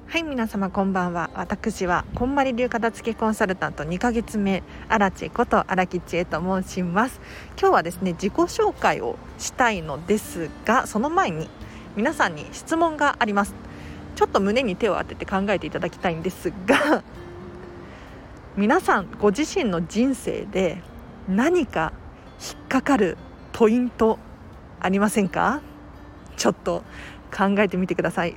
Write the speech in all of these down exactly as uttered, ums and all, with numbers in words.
はい、皆様こんばんは。私はこんまり流片付けコンサルタントにかげつめ、あらちこと荒木千恵と申します。今日はですね、自己紹介をしたいのですが、その前に皆さんに質問があります。ちょっと胸に手を当てて考えていただきたいんですが皆さんご自身の人生で何か引っかかるポイントありませんか？ちょっと考えてみてください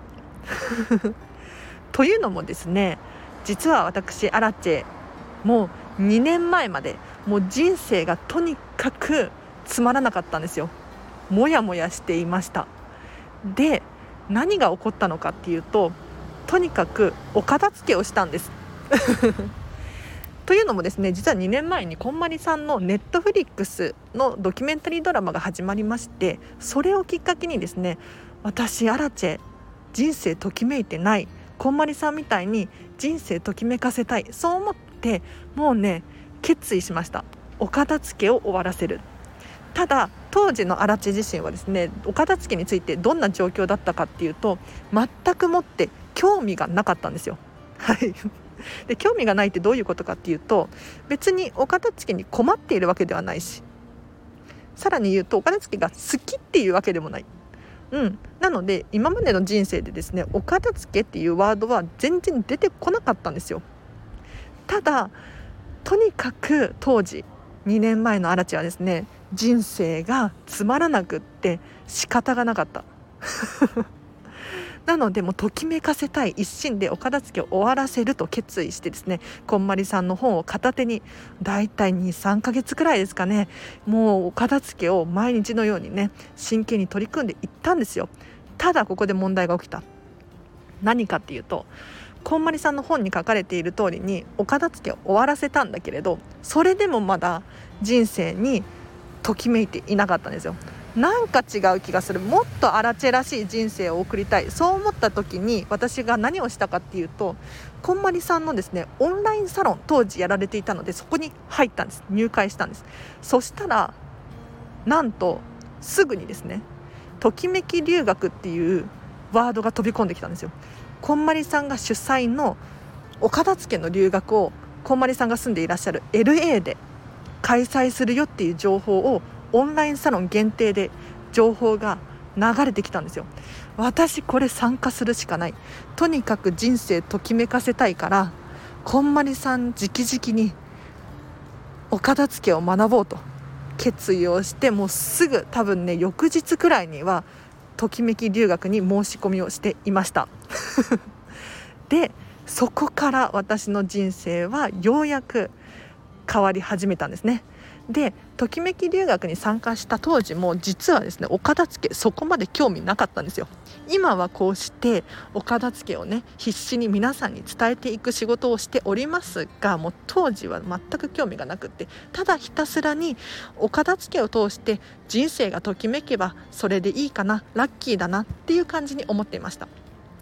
というのもですね、実は私アラチェもうにねんまえまでもう人生がとにかくつまらなかったんですよ。もやもやしていました。で、何が起こったのかっていうと、とにかくお片付けをしたんですというのもですね、実はにねんまえにこんまりさんのネットフリックスのドキュメンタリードラマが始まりまして、それをきっかけにですね、私アラチェ人生ときめいてない、こんまりさんみたいに人生ときめかせたい、そう思ってもうね決意しました。お片付けを終わらせる。ただ当時のアラチェ自身はですね、お片付けについてどんな状況だったかっていうと、全くもって興味がなかったんですよ。はいで興味がないってどういうことかっていうと、別にお片付けに困っているわけではないし、さらに言うとお片付けが好きっていうわけでもない。うん、なので今までの人生でですね、お片付けっていうワードは全然出てこなかったんですよ。ただとにかく当時にねんまえのアラチはですね、人生がつまらなくって仕方がなかったなのでもうときめかせたい一心でお片付けを終わらせると決意してですね、こんまりさんの本を片手にだいたい にさんかげつくらいですかね、もうお片付けを毎日のようにね真剣に取り組んでいったんですよ。ただここで問題が起きた。何かっていうと、こんまりさんの本に書かれている通りにお片付けを終わらせたんだけれど、それでもまだ人生にときめいていなかったんですよ。なんか違う気がする、もっとアラチェらしい人生を送りたい、そう思った時に私が何をしたかっていうと、こんまりさんのですねオンラインサロン、当時やられていたのでそこに入ったんです。入会したんです。そしたらなんとすぐにですね、ときめき留学っていうワードが飛び込んできたんですよ。こんまりさんが主催のお片付けの留学をこんまりさんが住んでいらっしゃる エルエー で開催するよっていう情報をオンラインサロン限定で情報が流れてきたんですよ。私これ参加するしかない、とにかく人生ときめかせたいから、こんまりさん直々にお片付けを学ぼうと決意をして、もうすぐ多分ね翌日くらいにはときめき留学に申し込みをしていましたでそこから私の人生はようやく変わり始めたんですね。でときめき留学に参加した当時も実はですね、お片付けそこまで興味なかったんですよ。今はこうしてお片付けをね必死に皆さんに伝えていく仕事をしておりますが、もう当時は全く興味がなくって、ただひたすらにお片付けを通して人生がときめけばそれでいいかな、ラッキーだなっていう感じに思っていました。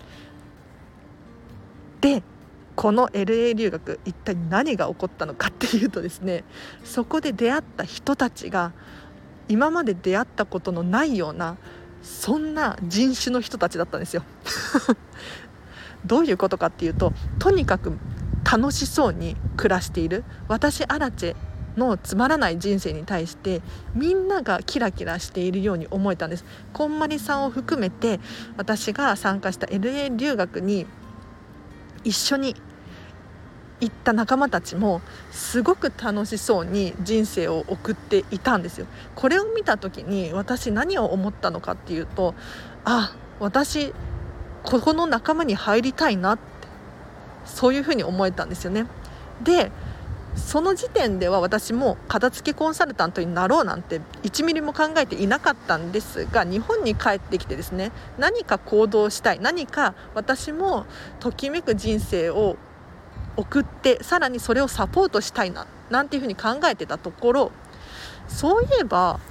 でこの エルエー 留学一体何が起こったのかっていうとですね、そこで出会った人たちが今まで出会ったことのないような、そんな人種の人たちだったんですよどういうことかっていうと、とにかく楽しそうに暮らしている私アラチェのつまらない人生に対してみんながキラキラしているように思えたんです。こんまりさんを含めて私が参加した エルエー 留学に一緒に行った仲間たちもすごく楽しそうに人生を送っていたんですよ。これを見た時に私何を思ったのかっていうと、あ、私ここの仲間に入りたいなって、そういうふうに思えたんですよね。でその時点では私も片付けコンサルタントになろうなんていちミリも考えていなかったんですが、日本に帰ってきてですね、何か行動したい、何か私もときめく人生を送ってさらにそれをサポートしたいななんていうふうに考えてたところ、そういえば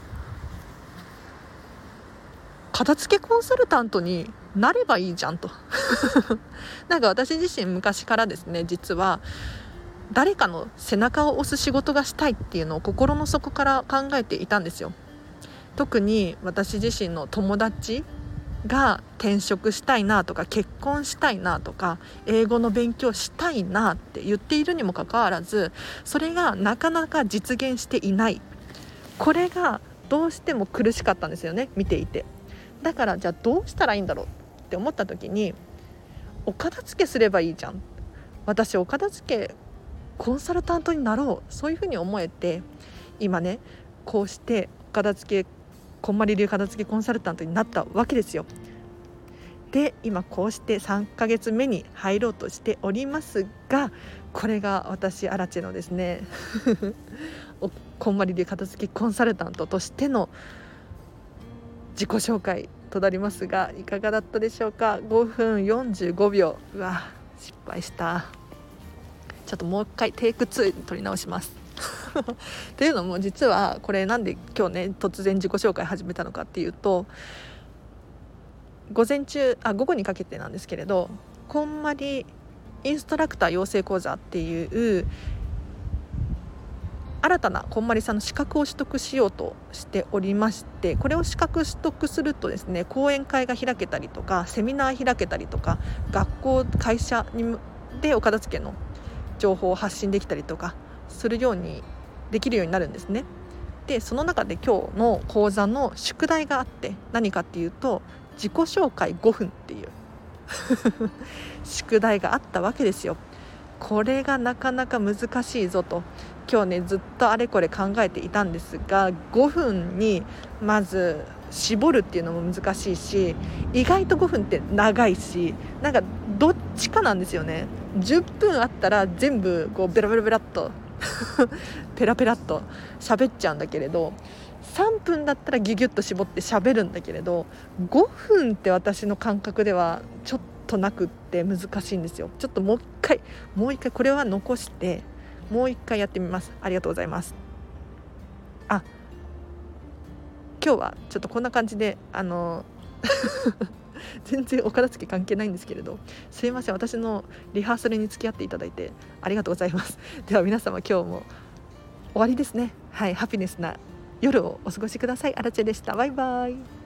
片付けコンサルタントになればいいじゃんとなんか私自身昔からですね、実は誰かの背中を押す仕事がしたいっていうのを心の底から考えていたんですよ。特に私自身の友達が転職したいなとか結婚したいなとか英語の勉強したいなって言っているにもかかわらず、それがなかなか実現していない。これがどうしても苦しかったんですよね、見ていて。だからじゃあどうしたらいいんだろうって思った時に、お片付けすればいいじゃん、私お片付けコンサルタントになろう、そういうふうに思えて、今ねこうしてお片付けこんまり流片付けコンサルタントになったわけですよ。で今こうしてさんかげつめに入ろうとしておりますが、これが私アラチェのですねこんまり流片付けコンサルタントとしての自己紹介となりますが、いかがだったでしょうか。ごふんよんじゅうごびょう、うわ失敗した。ちょっともう一回テイクツー取り直しますっていうのも、実はこれなんで今日ね突然自己紹介始めたのかっていうと、午前中あ午後にかけてなんですけれど、こんまりインストラクター養成講座っていう新たなこんまりさんの資格を取得しようとしておりまして、これを資格取得するとですね、講演会が開けたりとかセミナー開けたりとか、学校会社にでお片付けの情報を発信できたりとかするようにできるようになるんですね。でその中で今日の講座の宿題があって、何かっていうと自己紹介ごふんっていう宿題があったわけですよ。これがなかなか難しいぞと今日ねずっとあれこれ考えていたんですが、ごふんにまず絞るっていうのも難しいし、意外とごふんって長いし、なんかどっちかなんですよね。じゅっぷんあったら全部こうベラベラベラっとペラペラっと喋っちゃうんだけれど、さんぷんだったらギュギュッと絞って喋るんだけれど、ごふんって私の感覚ではちょっとなくって難しいんですよ。ちょっともう一回もう一回これは残してもう一回やってみます。ありがとうございます。あ今日はちょっとこんな感じであの全然お片付け関係ないんですけれど、すいません、私のリハーサルに付き合っていただいてありがとうございます。では皆様今日も終わりですね。はい、ハピネスな夜をお過ごしください。アラチェでした。バイバイ。